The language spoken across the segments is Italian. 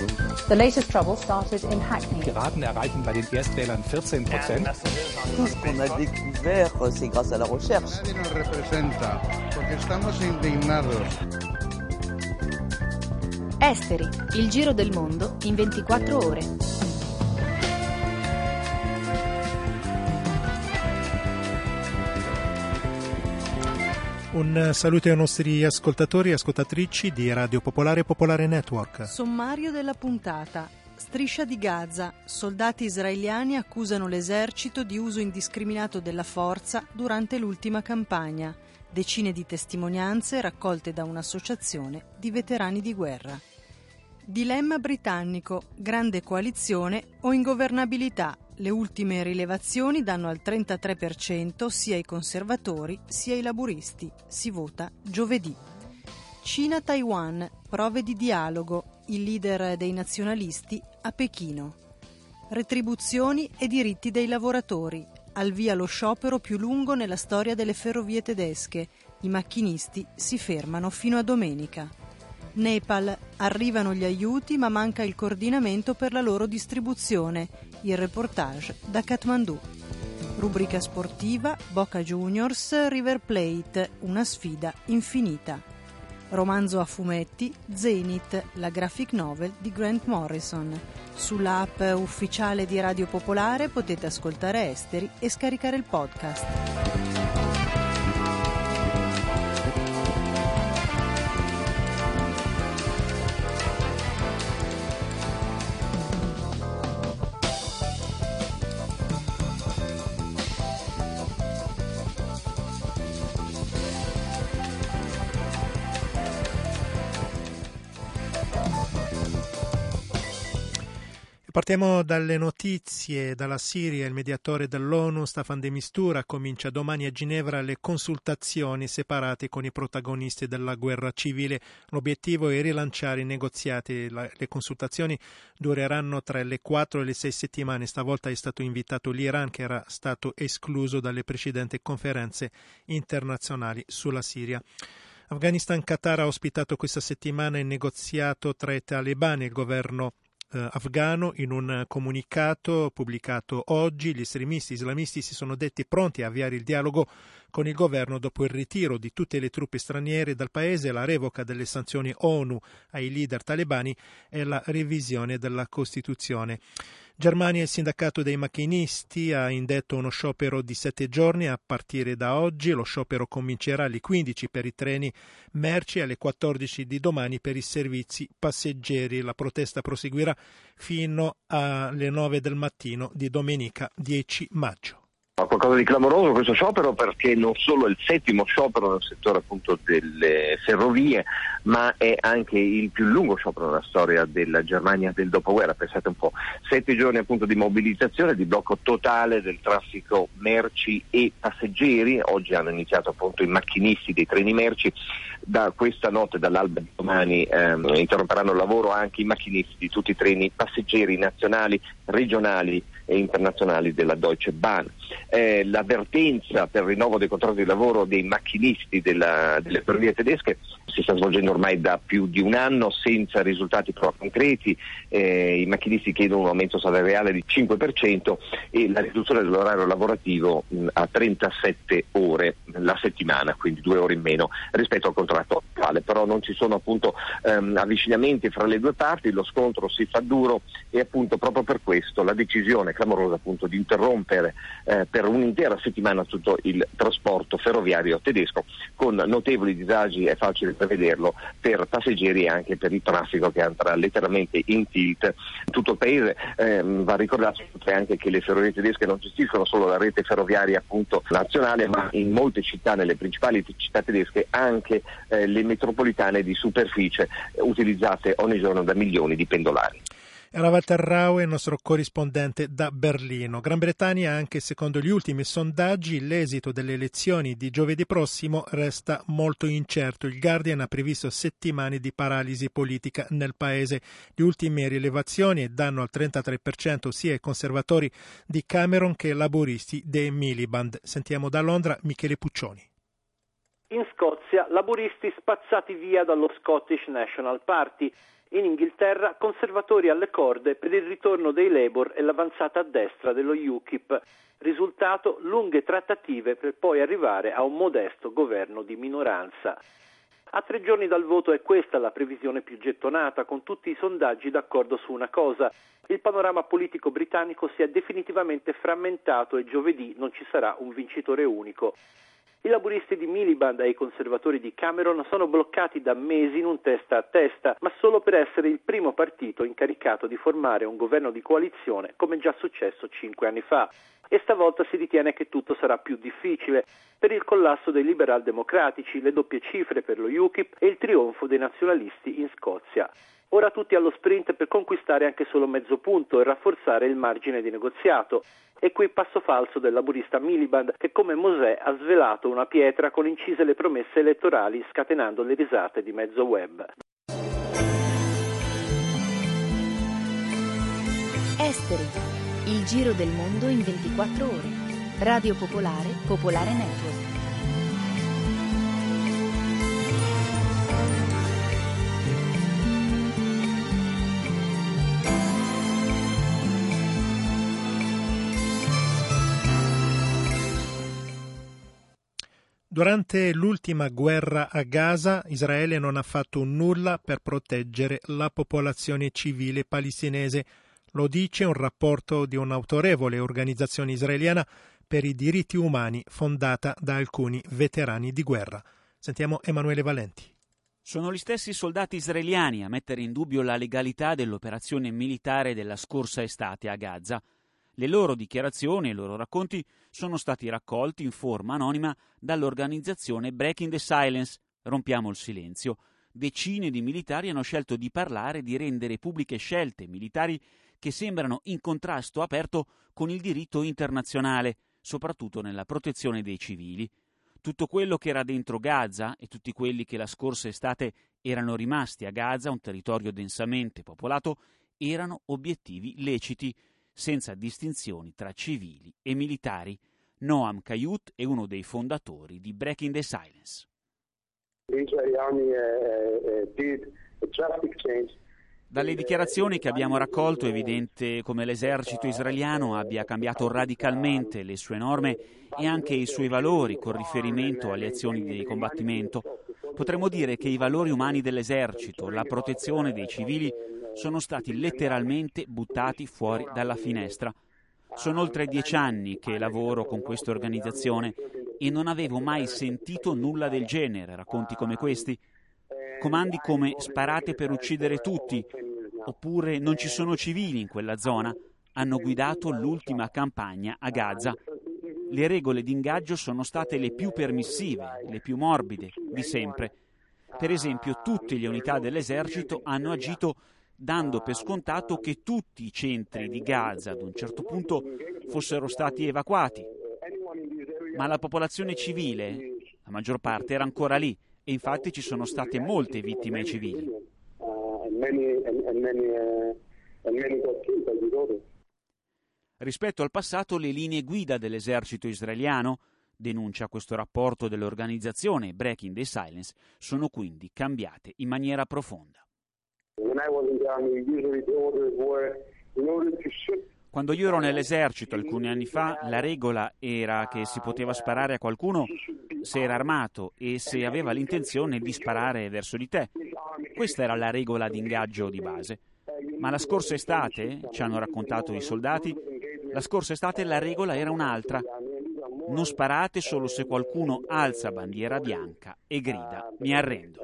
The latest trouble started in Hackney. Piraten erreichen bei den Erstwählern 14%. Tout ce qu'on a découvert, c'est grâce à la recherche. Nadie nos representa, porque estamos indignados. Esteri, il giro del mondo in 24 ore. Un saluto ai nostri ascoltatori e ascoltatrici di Radio Popolare e Popolare Network. Sommario della puntata. Striscia di Gaza. Soldati israeliani accusano l'esercito di uso indiscriminato della forza durante l'ultima campagna. Decine di testimonianze raccolte da un'associazione di veterani di guerra. Dilemma britannico. Grande coalizione o ingovernabilità. Le ultime rilevazioni danno al 33% sia i conservatori sia i laburisti. Si vota giovedì. Cina-Taiwan, prove di dialogo, il leader dei nazionalisti a Pechino. Retribuzioni e diritti dei lavoratori, al via lo sciopero più lungo nella storia delle ferrovie tedesche. I macchinisti si fermano fino a domenica. Nepal, arrivano gli aiuti ma manca il coordinamento per la loro distribuzione. Il reportage da Kathmandu. Rubrica sportiva, Boca Juniors, River Plate, una sfida infinita. Romanzo a fumetti, Zenith, la graphic novel di Grant Morrison. Sulla app ufficiale di Radio Popolare potete ascoltare Esteri e scaricare il podcast. Partiamo dalle notizie dalla Siria. Il mediatore dell'ONU, Staffan de Mistura, comincia domani a Ginevra le consultazioni separate con i protagonisti della guerra civile. L'obiettivo è rilanciare i negoziati. Le consultazioni dureranno tra le 4 e le 6 settimane. Stavolta è stato invitato l'Iran, che era stato escluso dalle precedenti conferenze internazionali sulla Siria. Afghanistan-Qatar ha ospitato questa settimana il negoziato tra i talebani e il governo afghano. In un comunicato pubblicato oggi, gli estremisti islamisti si sono detti pronti a avviare il dialogo con il governo dopo il ritiro di tutte le truppe straniere dal paese, la revoca delle sanzioni ONU ai leader talebani e la revisione della Costituzione. Germania, il sindacato dei macchinisti ha indetto uno sciopero di 7 giorni a partire da oggi. Lo sciopero comincerà alle 15 per i treni merci e alle 14 di domani per i servizi passeggeri. La protesta proseguirà fino alle 9 del mattino di domenica 10 maggio. Qualcosa di clamoroso questo sciopero, perché non solo è il 7° sciopero nel settore appunto delle ferrovie, ma è anche il più lungo sciopero nella storia della Germania del dopoguerra. Pensate un po', 7 giorni appunto di mobilitazione, di blocco totale del traffico merci e passeggeri. Oggi hanno iniziato appunto i macchinisti dei treni merci. Da questa notte, dall'alba di domani, interromperanno il lavoro anche i macchinisti di tutti i treni passeggeri nazionali, regionali e internazionali della Deutsche Bahn. L'avvertenza per il rinnovo dei contratti di lavoro dei macchinisti delle ferrovie tedesche si sta svolgendo ormai da più di un anno senza risultati però concreti. I macchinisti chiedono un aumento salariale di 5% e la riduzione dell'orario lavorativo a 37 ore la settimana, quindi 2 ore in meno rispetto al contratto attuale. Però non ci sono appunto avvicinamenti fra le due parti, lo scontro si fa duro e appunto proprio per questo la decisione clamorosa appunto di interrompere per un'intera settimana tutto il trasporto ferroviario tedesco, con notevoli disagi, è facile prevederlo, per passeggeri e anche per il traffico che andrà letteralmente in tilt tutto il paese. Va ricordato anche che le ferrovie tedesche non gestiscono solo la rete ferroviaria appunto nazionale, ma in molte città, nelle principali città tedesche, anche le metropolitane di superficie utilizzate ogni giorno da milioni di pendolari. Era Walter Rau, il nostro corrispondente da Berlino. Gran Bretagna, anche secondo gli ultimi sondaggi, l'esito delle elezioni di giovedì prossimo resta molto incerto. Il Guardian ha previsto settimane di paralisi politica nel paese. Le ultime rilevazioni danno al 33% sia i conservatori di Cameron che i laburisti dei Miliband. Sentiamo da Londra Michele Puccioni. In Scozia, laburisti spazzati via dallo Scottish National Party. In Inghilterra, conservatori alle corde per il ritorno dei Labour e l'avanzata a destra dello UKIP. Risultato, lunghe trattative per poi arrivare a un modesto governo di minoranza. A 3 giorni dal voto è questa la previsione più gettonata, con tutti i sondaggi d'accordo su una cosa. Il panorama politico britannico si è definitivamente frammentato e giovedì non ci sarà un vincitore unico. I laburisti di Miliband e i conservatori di Cameron sono bloccati da mesi in un testa a testa, ma solo per essere il primo partito incaricato di formare un governo di coalizione, come già successo 5 anni fa. E stavolta si ritiene che tutto sarà più difficile, per il collasso dei liberal-democratici, le doppie cifre per lo UKIP e il trionfo dei nazionalisti in Scozia. Ora tutti allo sprint per conquistare anche solo mezzo punto e rafforzare il margine di negoziato. E qui passo falso del laburista Miliband, che come Mosè ha svelato una pietra con incise le promesse elettorali, scatenando le risate di mezzo web. Esteri. Il giro del mondo in 24 ore. Radio Popolare, Popolare Network. Durante l'ultima guerra a Gaza, Israele non ha fatto nulla per proteggere la popolazione civile palestinese. Lo dice un rapporto di un'autorevole organizzazione israeliana per i diritti umani fondata da alcuni veterani di guerra. Sentiamo Emanuele Valenti. Sono gli stessi soldati israeliani a mettere in dubbio la legalità dell'operazione militare della scorsa estate a Gaza. Le loro dichiarazioni e i loro racconti sono stati raccolti in forma anonima dall'organizzazione Breaking the Silence, Rompiamo il silenzio. Decine di militari hanno scelto di parlare e di rendere pubbliche scelte militari che sembrano in contrasto aperto con il diritto internazionale, soprattutto nella protezione dei civili. Tutto quello che era dentro Gaza e tutti quelli che la scorsa estate erano rimasti a Gaza, un territorio densamente popolato, erano obiettivi leciti, senza distinzioni tra civili e militari. Noam Kayut è uno dei fondatori di Breaking the Silence. Dalle dichiarazioni che abbiamo raccolto è evidente come l'esercito israeliano abbia cambiato radicalmente le sue norme e anche i suoi valori con riferimento alle azioni di combattimento. Potremmo dire che i valori umani dell'esercito, la protezione dei civili, sono stati letteralmente buttati fuori dalla finestra. Sono oltre 10 anni che lavoro con questa organizzazione e non avevo mai sentito nulla del genere, racconti come questi. Comandi come sparate per uccidere tutti, oppure non ci sono civili in quella zona, hanno guidato l'ultima campagna a Gaza. Le regole di ingaggio sono state le più permissive, le più morbide di sempre. Per esempio, tutte le unità dell'esercito hanno agito dando per scontato che tutti i centri di Gaza ad un certo punto fossero stati evacuati. Ma la popolazione civile, la maggior parte, era ancora lì e infatti ci sono state molte vittime civili. Rispetto al passato, le linee guida dell'esercito israeliano, denuncia questo rapporto dell'organizzazione Breaking the Silence, sono quindi cambiate in maniera profonda. Quando io ero nell'esercito alcuni anni fa, la regola era che si poteva sparare a qualcuno se era armato e se aveva l'intenzione di sparare verso di te. Questa era la regola di ingaggio di base. Ma la scorsa estate, ci hanno raccontato i soldati, la scorsa estate la regola era un'altra. Non sparate solo se qualcuno alza bandiera bianca e grida "mi arrendo".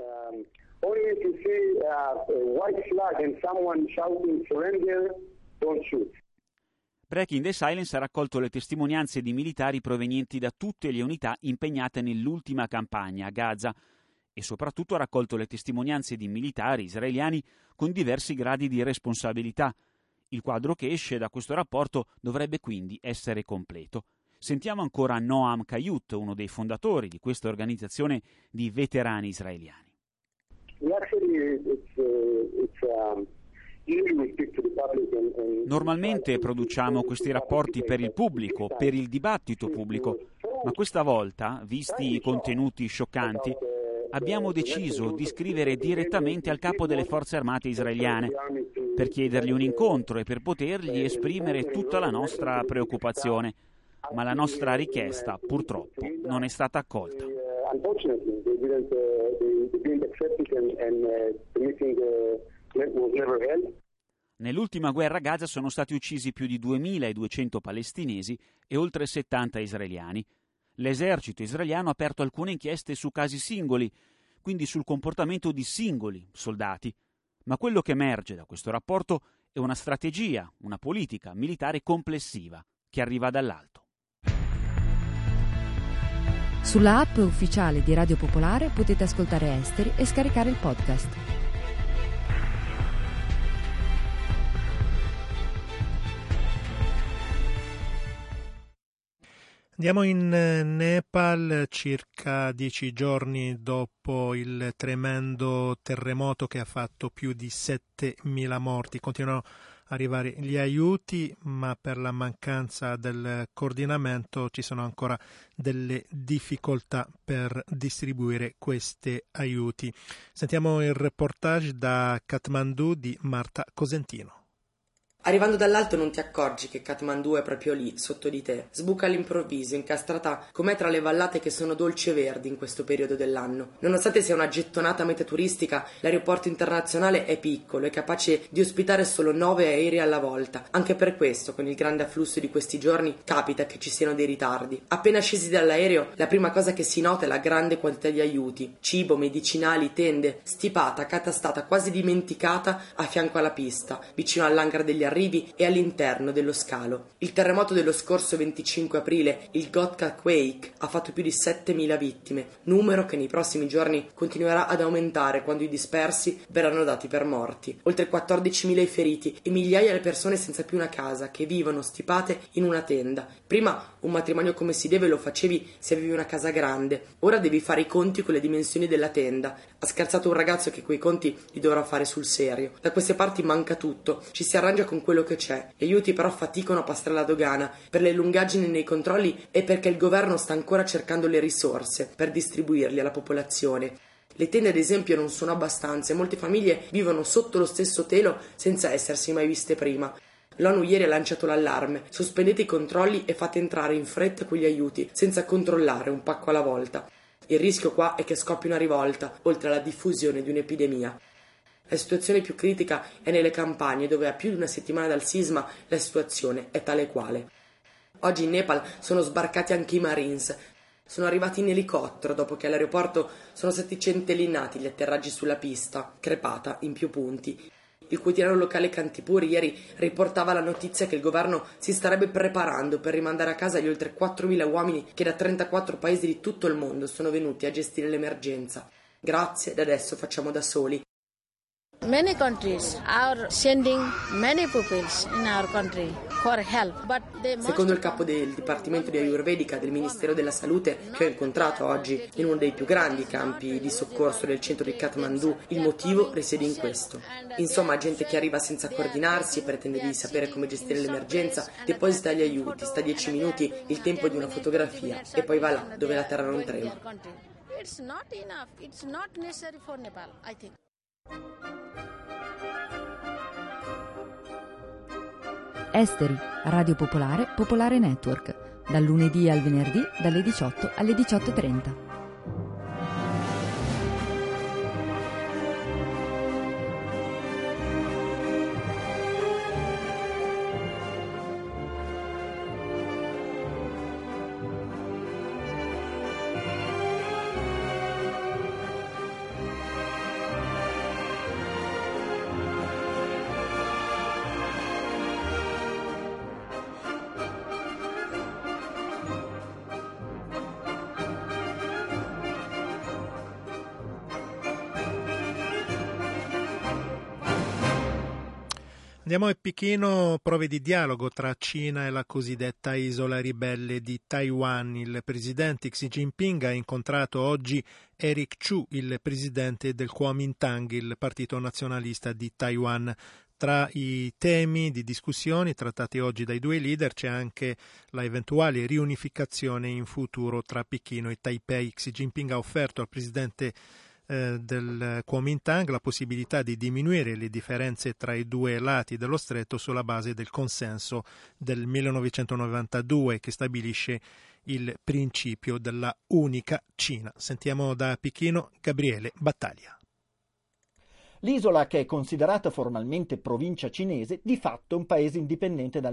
Breaking the Silence ha raccolto le testimonianze di militari provenienti da tutte le unità impegnate nell'ultima campagna a Gaza e soprattutto ha raccolto le testimonianze di militari israeliani con diversi gradi di responsabilità. Il quadro che esce da questo rapporto dovrebbe quindi essere completo. Sentiamo ancora Noam Kayut, uno dei fondatori di questa organizzazione di veterani israeliani. Normalmente produciamo questi rapporti per il pubblico, per il dibattito pubblico. Ma questa volta, visti i contenuti scioccanti, abbiamo deciso di scrivere direttamente al capo delle forze armate israeliane per chiedergli un incontro e per potergli esprimere tutta la nostra preoccupazione. Ma la nostra richiesta, purtroppo, non è stata accolta. Nell'ultima guerra a Gaza sono stati uccisi più di 2.200 palestinesi e oltre 70 israeliani. L'esercito israeliano ha aperto alcune inchieste su casi singoli, quindi sul comportamento di singoli soldati. Ma quello che emerge da questo rapporto è una strategia, una politica militare complessiva che arriva dall'alto. Sulla app ufficiale di Radio Popolare potete ascoltare Esteri e scaricare il podcast. Andiamo in Nepal, circa 10 giorni dopo il tremendo terremoto che ha fatto più di 7.000 morti. Continuano ad arrivare gli aiuti, ma per la mancanza del coordinamento ci sono ancora delle difficoltà per distribuire questi aiuti. Sentiamo il reportage da Kathmandu di Marta Cosentino. Arrivando dall'alto non ti accorgi che Kathmandu è proprio lì, sotto di te. Sbuca all'improvviso, incastrata com'è tra le vallate che sono dolci e verdi in questo periodo dell'anno. Nonostante sia una gettonata meta turistica, l'aeroporto internazionale è piccolo e capace di ospitare solo 9 aerei alla volta. Anche per questo, con il grande afflusso di questi giorni, capita che ci siano dei ritardi. Appena scesi dall'aereo, la prima cosa che si nota è la grande quantità di aiuti. Cibo, medicinali, tende, stipata, accatastata, quasi dimenticata a fianco alla pista, vicino all'hangar degli arrivi e all'interno dello scalo. Il terremoto dello scorso 25 aprile, il Gokta Quake, ha fatto più di 7.000 vittime, numero che nei prossimi giorni continuerà ad aumentare quando i dispersi verranno dati per morti. Oltre 14.000 i feriti e migliaia le persone senza più una casa, che vivono stipate in una tenda. Prima un matrimonio come si deve lo facevi se avevi una casa grande, ora devi fare i conti con le dimensioni della tenda. Ha scherzato un ragazzo che quei conti li dovrà fare sul serio. Da queste parti manca tutto, ci si arrangia con quello che c'è. Gli aiuti però faticano a passare la dogana per le lungaggini nei controlli e perché il governo sta ancora cercando le risorse per distribuirli alla popolazione. Le tende ad esempio non sono abbastanza e molte famiglie vivono sotto lo stesso telo senza essersi mai viste prima. L'ONU ieri ha lanciato l'allarme: sospendete i controlli e fate entrare in fretta quegli aiuti senza controllare, un pacco alla volta. Il rischio qua è che scoppi una rivolta, oltre alla diffusione di un'epidemia. La situazione più critica è nelle campagne, dove a più di una settimana dal sisma la situazione è tale quale. Oggi in Nepal sono sbarcati anche i Marines. Sono arrivati in elicottero dopo che all'aeroporto sono stati centellinati gli atterraggi sulla pista, crepata in più punti. Il quotidiano locale Kantipur ieri riportava la notizia che il governo si starebbe preparando per rimandare a casa gli oltre 4.000 uomini che da 34 paesi di tutto il mondo sono venuti a gestire l'emergenza. Grazie, da adesso facciamo da soli. Many countries are sending many people in our country for help, but secondo il capo del Dipartimento di Ayurvedica del Ministero della Salute, che ho incontrato oggi in uno dei più grandi campi di soccorso del centro di Kathmandu, il motivo risiede in questo. Insomma, gente che arriva senza coordinarsi e pretende di sapere come gestire l'emergenza, deposita gli aiuti, sta 10 minuti, il tempo di una fotografia, e poi va là dove la terra non trema. it's not enough. It's not necessary for Nepal, I think. Esteri, Radio Popolare, Popolare Network, dal lunedì al venerdì dalle 18 alle 18:30. Andiamo a Pechino, prove di dialogo tra Cina e la cosiddetta isola ribelle di Taiwan. Il presidente Xi Jinping ha incontrato oggi Eric Chu, il presidente del Kuomintang, il partito nazionalista di Taiwan. Tra i temi di discussione trattati oggi dai due leader c'è anche la eventuale riunificazione in futuro tra Pechino e Taipei. Xi Jinping ha offerto al presidente del Kuomintang la possibilità di diminuire le differenze tra i due lati dello stretto sulla base del consenso del 1992 che stabilisce il principio della unica Cina. Sentiamo da Pechino Gabriele Battaglia. L'isola, che è considerata formalmente provincia cinese, di fatto è un paese indipendente dal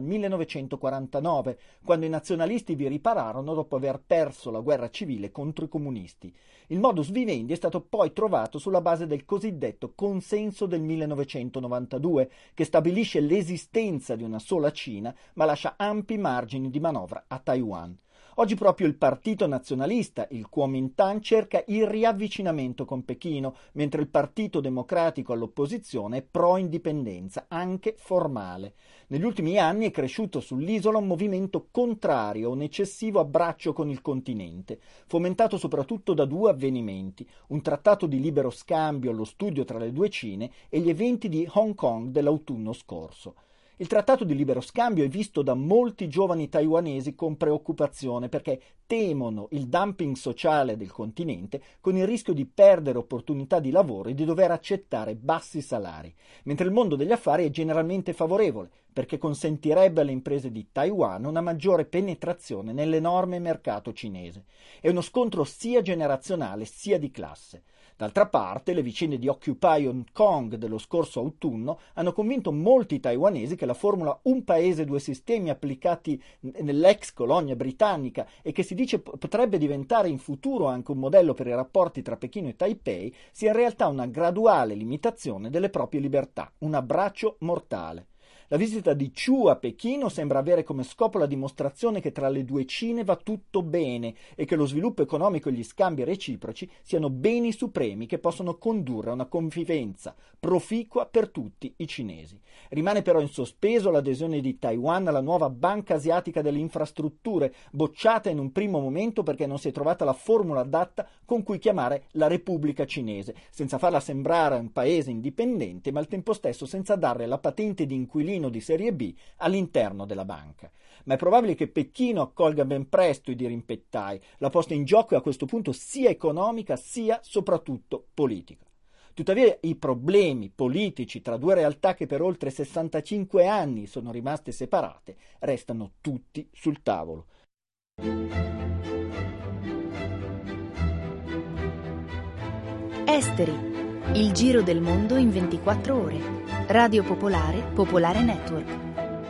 1949, quando i nazionalisti vi ripararono dopo aver perso la guerra civile contro i comunisti. Il modus vivendi è stato poi trovato sulla base del cosiddetto consenso del 1992, che stabilisce l'esistenza di una sola Cina, ma lascia ampi margini di manovra a Taiwan. Oggi proprio il partito nazionalista, il Kuomintang, cerca il riavvicinamento con Pechino, mentre il partito democratico all'opposizione è pro-indipendenza, anche formale. Negli ultimi anni è cresciuto sull'isola un movimento contrario a un eccessivo abbraccio con il continente, fomentato soprattutto da due avvenimenti: un trattato di libero scambio allo studio tra le due Cine e gli eventi di Hong Kong dell'autunno scorso. Il trattato di libero scambio è visto da molti giovani taiwanesi con preoccupazione perché temono il dumping sociale del continente con il rischio di perdere opportunità di lavoro e di dover accettare bassi salari, mentre il mondo degli affari è generalmente favorevole perché consentirebbe alle imprese di Taiwan una maggiore penetrazione nell'enorme mercato cinese. È uno scontro sia generazionale sia di classe. D'altra parte, le vicende di Occupy Hong Kong dello scorso autunno hanno convinto molti taiwanesi che la formula un paese due sistemi applicati nell'ex colonia britannica e che si dice potrebbe diventare in futuro anche un modello per i rapporti tra Pechino e Taipei sia in realtà una graduale limitazione delle proprie libertà, un abbraccio mortale. La visita di Chu a Pechino sembra avere come scopo la dimostrazione che tra le due Cine va tutto bene e che lo sviluppo economico e gli scambi reciproci siano beni supremi che possono condurre a una convivenza proficua per tutti i cinesi. Rimane però in sospeso l'adesione di Taiwan alla nuova Banca Asiatica delle Infrastrutture, bocciata in un primo momento perché non si è trovata la formula adatta con cui chiamare la Repubblica Cinese, senza farla sembrare un paese indipendente, ma al tempo stesso senza darle la patente di inquilino di serie B all'interno della banca. Ma è probabile che Pechino accolga ben presto i dirimpettai. La posta in gioco è a questo punto sia economica sia soprattutto politica. Tuttavia i problemi politici tra due realtà che per oltre 65 anni sono rimaste separate restano tutti sul tavolo. Esteri, il giro del mondo in 24 ore. Radio Popolare, Popolare Network.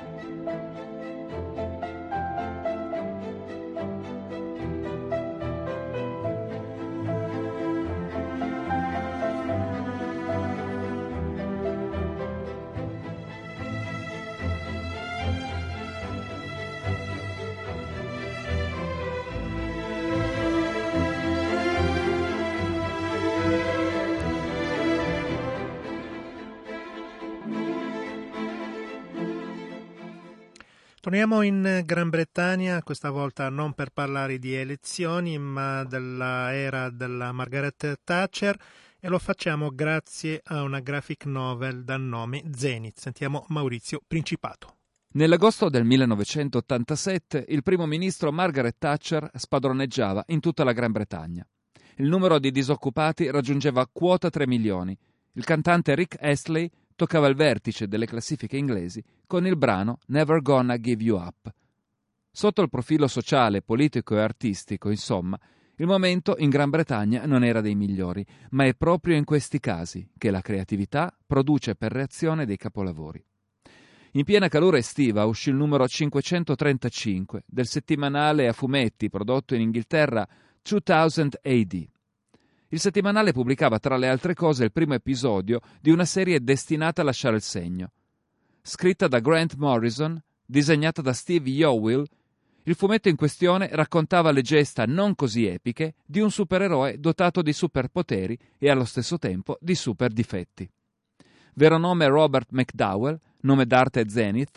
Torniamo in Gran Bretagna, questa volta non per parlare di elezioni, ma della era della Margaret Thatcher, e lo facciamo grazie a una graphic novel dal nome Zenith. Sentiamo Maurizio Principato. Nell'agosto del 1987 il primo ministro Margaret Thatcher spadroneggiava in tutta la Gran Bretagna. Il numero di disoccupati raggiungeva quota 3 milioni. Il cantante Rick Astley toccava il vertice delle classifiche inglesi con il brano Never Gonna Give You Up. Sotto il profilo sociale, politico e artistico, insomma, il momento in Gran Bretagna non era dei migliori, ma è proprio in questi casi che la creatività produce per reazione dei capolavori. In piena calura estiva uscì il numero 535 del settimanale a fumetti prodotto in Inghilterra 2000 AD. Il settimanale pubblicava tra le altre cose il primo episodio di una serie destinata a lasciare il segno. Scritta da Grant Morrison, disegnata da Steve Yowill, il fumetto in questione raccontava le gesta non così epiche di un supereroe dotato di superpoteri e allo stesso tempo di super difetti. Vero nome Robert McDowell, nome d'arte Zenith,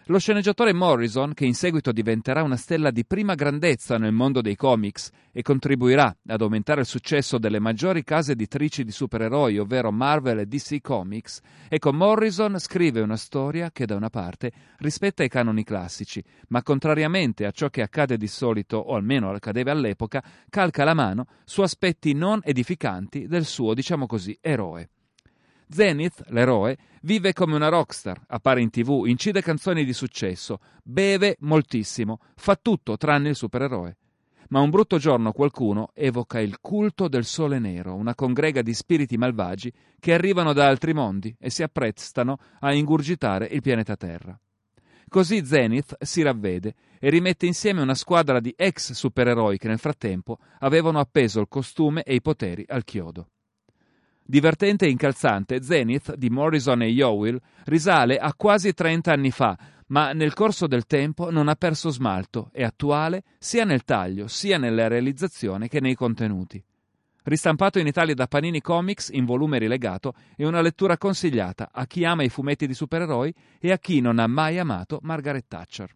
Lo sceneggiatore Morrison, che in seguito diventerà una stella di prima grandezza nel mondo dei comics e contribuirà ad aumentare il successo delle maggiori case editrici di supereroi, ovvero Marvel e DC Comics, ecco, Morrison scrive una storia che da una parte rispetta i canoni classici, ma contrariamente a ciò che accade di solito, o almeno accadeva all'epoca, calca la mano su aspetti non edificanti del suo, diciamo così, eroe. Zenith, l'eroe, vive come una rockstar, appare in TV, incide canzoni di successo, beve moltissimo, fa tutto tranne il supereroe. Ma un brutto giorno qualcuno evoca il culto del Sole Nero, una congrega di spiriti malvagi che arrivano da altri mondi e si apprestano a ingurgitare il pianeta Terra. Così Zenith si ravvede e rimette insieme una squadra di ex supereroi che nel frattempo avevano appeso il costume e i poteri al chiodo. Divertente e incalzante, Zenith di Morrison e Yowill risale a quasi 30 anni fa, ma nel corso del tempo non ha perso smalto, è attuale sia nel taglio, sia nella realizzazione che nei contenuti. Ristampato in Italia da Panini Comics in volume rilegato, è una lettura consigliata a chi ama i fumetti di supereroi e a chi non ha mai amato Margaret Thatcher.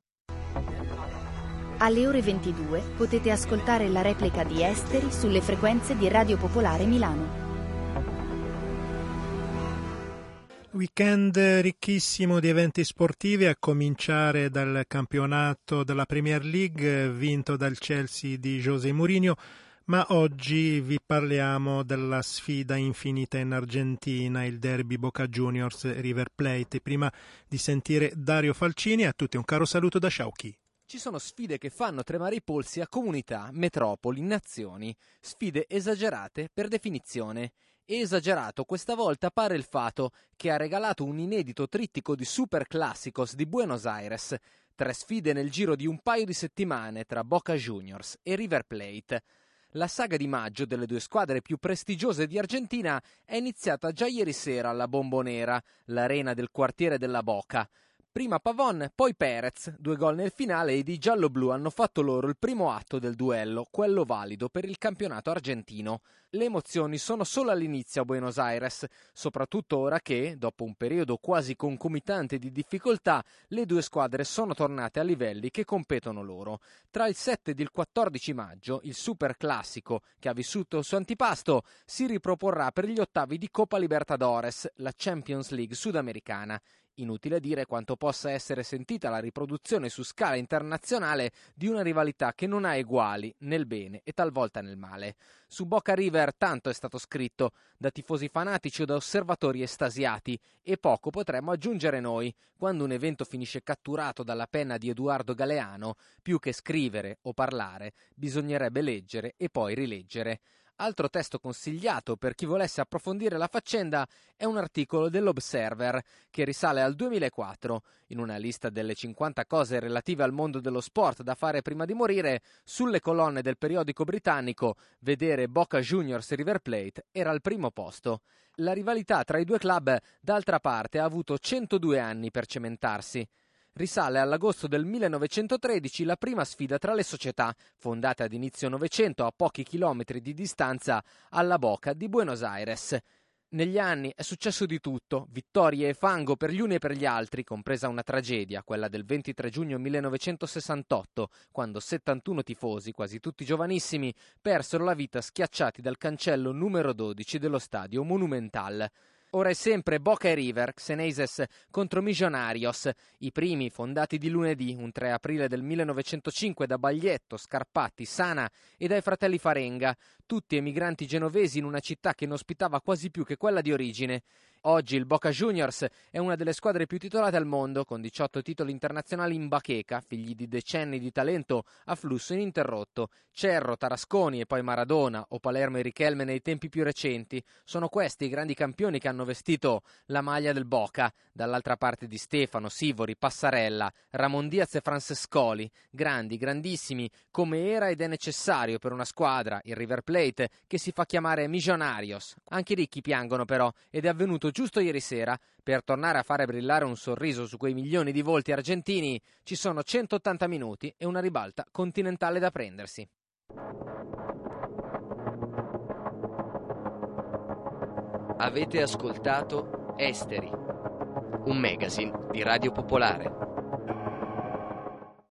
Alle ore 22 potete ascoltare la replica di Esteri sulle frequenze di Radio Popolare Milano. Weekend ricchissimo di eventi sportivi, a cominciare dal campionato della Premier League vinto dal Chelsea di José Mourinho, ma oggi vi parliamo della sfida infinita in Argentina, il derby Boca Juniors River Plate. Prima di sentire Dario Falcini, a tutti un caro saluto da Sciauchi. Ci sono sfide che fanno tremare i polsi a comunità, metropoli, nazioni, sfide esagerate per definizione. Esagerato questa volta pare il fato che ha regalato un inedito trittico di Super Clásicos di Buenos Aires, 3 sfide nel giro di un paio di settimane tra Boca Juniors e River Plate. La saga di maggio delle 2 squadre più prestigiose di Argentina è iniziata già ieri sera alla Bombonera, l'arena del quartiere della Boca. Prima Pavón, poi Pérez, 2 gol nel finale ed i gialloblu hanno fatto loro il primo atto del duello, quello valido per il campionato argentino. Le emozioni sono solo all'inizio a Buenos Aires, soprattutto ora che, dopo un periodo quasi concomitante di difficoltà, le 2 squadre sono tornate a livelli che competono loro. Tra il 7 ed il 14 maggio, il Super Classico, che ha vissuto il suo antipasto, si riproporrà per gli ottavi di Copa Libertadores, la Champions League sudamericana. Inutile dire quanto possa essere sentita la riproduzione su scala internazionale di una rivalità che non ha eguali nel bene e talvolta nel male. Su Boca River tanto è stato scritto, da tifosi fanatici o da osservatori estasiati, e poco potremmo aggiungere noi. Quando un evento finisce catturato dalla penna di Eduardo Galeano, più che scrivere o parlare, bisognerebbe leggere e poi rileggere. Altro testo consigliato per chi volesse approfondire la faccenda è un articolo dell'Observer che risale al 2004. In una lista delle 50 cose relative al mondo dello sport da fare prima di morire, sulle colonne del periodico britannico vedere Boca Juniors River Plate era al primo posto. La rivalità tra i 2 club, d'altra parte, ha avuto 102 anni per cementarsi. Risale all'agosto del 1913 la prima sfida tra le società, fondate ad inizio Novecento a pochi chilometri di distanza alla Boca di Buenos Aires. Negli anni è successo di tutto, vittorie e fango per gli uni e per gli altri, compresa una tragedia, quella del 23 giugno 1968, quando 71 tifosi, quasi tutti giovanissimi, persero la vita schiacciati dal cancello numero 12 dello stadio Monumental. Ora è sempre Boca e River, Xeneises contro Millonarios, i primi fondati di lunedì, un 3 aprile del 1905 da Baglietto, Scarpatti, Sana e dai fratelli Farenga, tutti emigranti genovesi in una città che ne ospitava quasi più che quella di origine. Oggi il Boca Juniors è una delle squadre più titolate al mondo, con 18 titoli internazionali in bacheca, figli di decenni di talento a flusso ininterrotto. Cerro, Tarasconi e poi Maradona, o Palermo e Richelme nei tempi più recenti. Sono questi i grandi campioni che hanno vestito la maglia del Boca, dall'altra parte di Stefano, Sivori, Passarella, Ramon Diaz e Francescoli, grandi, grandissimi, come era ed è necessario per una squadra, il River Plate, che si fa chiamare Millonarios. Anche i ricchi piangono però, ed è avvenuto giusto ieri sera. Per tornare a fare brillare un sorriso su quei milioni di volti argentini ci sono 180 minuti e una ribalta continentale da prendersi. Avete ascoltato Esteri, un magazine di Radio Popolare.